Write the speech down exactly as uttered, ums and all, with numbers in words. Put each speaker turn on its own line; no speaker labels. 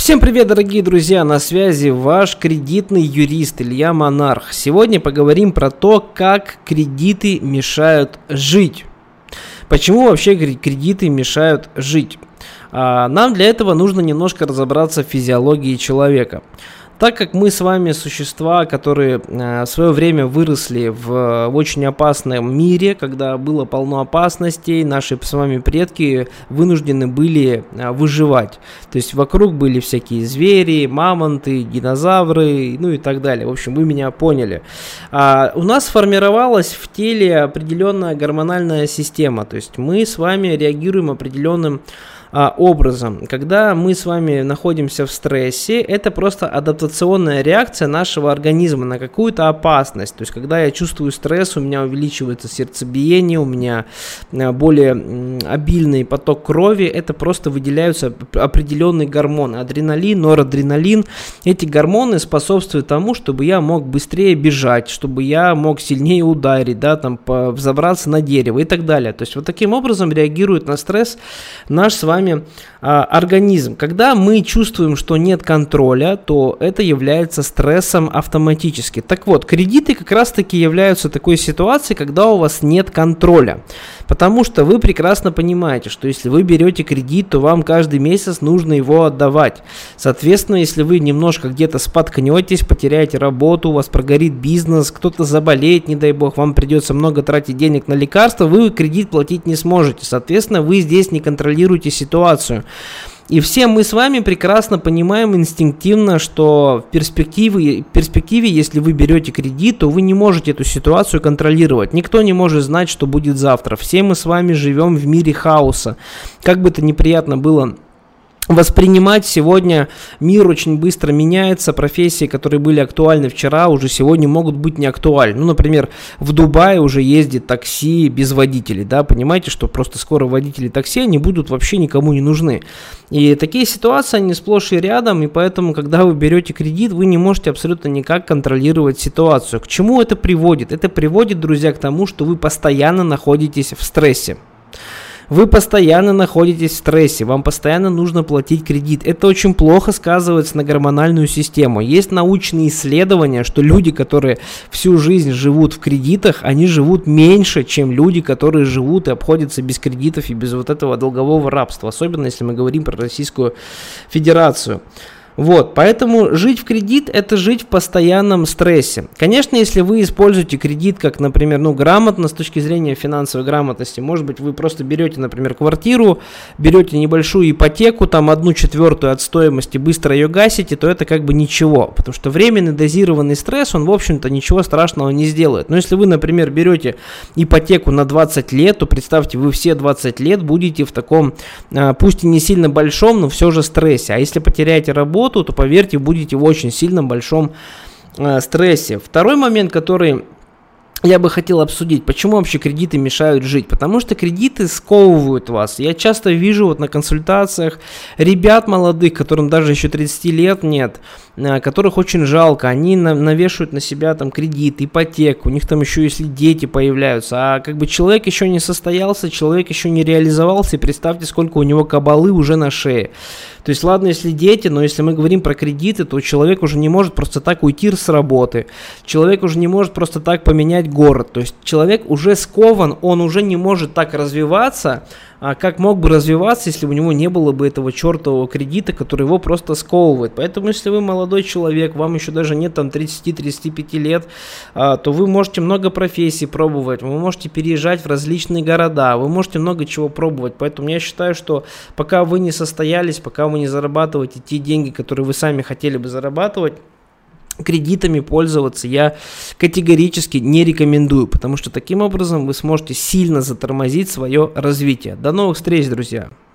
Всем привет, дорогие друзья, на связи ваш кредитный юрист Илья Монарх. Сегодня поговорим про то, как кредиты мешают жить. Почему вообще кредиты мешают жить? Нам для этого нужно немножко разобраться в физиологии человека. Так как мы с вами существа, которые в свое время выросли в, в очень опасном мире, когда было полно опасностей, наши с вами предки вынуждены были выживать. То есть вокруг были всякие звери, мамонты, динозавры, ну и так далее. В общем, вы меня поняли. А у нас сформировалась в теле определенная гормональная система. То есть мы с вами реагируем определенным образом. Когда мы с вами находимся в стрессе, это просто адаптационная реакция нашего организма на какую-то опасность. То есть, когда я чувствую стресс, у меня увеличивается сердцебиение, у меня более обильный поток крови, это просто выделяются определенные гормоны. Адреналин, норадреналин. Эти гормоны способствуют тому, чтобы я мог быстрее бежать, чтобы я мог сильнее ударить, да, там, взобраться на дерево и так далее. То есть, вот таким образом реагирует на стресс наш с вами организм. Когда мы чувствуем, что нет контроля, то это является стрессом автоматически. Так вот, кредиты как раз-таки являются такой ситуацией, когда у вас нет контроля. Потому что вы прекрасно понимаете, что если вы берете кредит, то вам каждый месяц нужно его отдавать. Соответственно, если вы немножко где-то споткнетесь, потеряете работу, у вас прогорит бизнес, кто-то заболеет, не дай бог, вам придется много тратить денег на лекарства, вы кредит платить не сможете. Соответственно, вы здесь не контролируете ситуацию. ситуацию. И все мы с вами прекрасно понимаем инстинктивно, что в перспективе, в перспективе, если вы берете кредит, то вы не можете эту ситуацию контролировать. Никто не может знать, что будет завтра. Все мы с вами живем в мире хаоса. Как бы это неприятно было воспринимать, сегодня мир очень быстро меняется, профессии, которые были актуальны вчера, уже сегодня могут быть не актуальны. Ну, например, в Дубае уже ездит такси без водителей, да, понимаете, что просто скоро водители такси, они будут вообще никому не нужны. И такие ситуации, они сплошь и рядом, и поэтому, когда вы берете кредит, вы не можете абсолютно никак контролировать ситуацию. К чему это приводит? Это приводит, друзья, к тому, что вы постоянно находитесь в стрессе. Вы постоянно находитесь в стрессе, вам постоянно нужно платить кредит. Это очень плохо сказывается на гормональную систему. Есть научные исследования, что люди, которые всю жизнь живут в кредитах, они живут меньше, чем люди, которые живут и обходятся без кредитов и без вот этого долгового рабства. Особенно, если мы говорим про Российскую Федерацию. Вот, поэтому жить в кредит – это жить в постоянном стрессе. Конечно, если вы используете кредит как, например, ну, грамотно с точки зрения финансовой грамотности, может быть, вы просто берете, например, квартиру, берете небольшую ипотеку, там одну четвертую от стоимости, быстро ее гасите, то это как бы ничего, потому что временный дозированный стресс, он, в общем-то, ничего страшного не сделает. Но если вы, например, берете ипотеку на двадцать лет, то представьте, вы все двадцать лет будете в таком, пусть и не сильно большом, но все же стрессе. А если потеряете работу, то, поверьте, будете в очень сильном большом э, стрессе. Второй момент, который я бы хотел обсудить, почему вообще кредиты мешают жить. Потому что кредиты сковывают вас. Я часто вижу вот на консультациях ребят молодых, которым даже еще тридцати лет нет, которых очень жалко. Они на, навешивают на себя там кредит, ипотеку, у них там еще если дети появляются. А как бы человек еще не состоялся, человек еще не реализовался. И представьте, сколько у него кабалы уже на шее. То есть, ладно, если дети, но если мы говорим про кредиты, то человек уже не может просто так уйти с работы. Человек уже не может просто так поменять город. То есть, человек уже скован, он уже не может так развиваться, а как мог бы развиваться, если у него не было бы этого чертового кредита, который его просто сковывает. Поэтому, если вы молодой человек, вам еще даже нет там тридцати-тридцати пяти лет, а, то вы можете много профессий пробовать, вы можете переезжать в различные города, вы можете много чего пробовать. Поэтому я считаю, что пока вы не состоялись, пока вы не зарабатываете те деньги, которые вы сами хотели бы зарабатывать, кредитами пользоваться я категорически не рекомендую, потому что таким образом вы сможете сильно затормозить свое развитие. До новых встреч, друзья!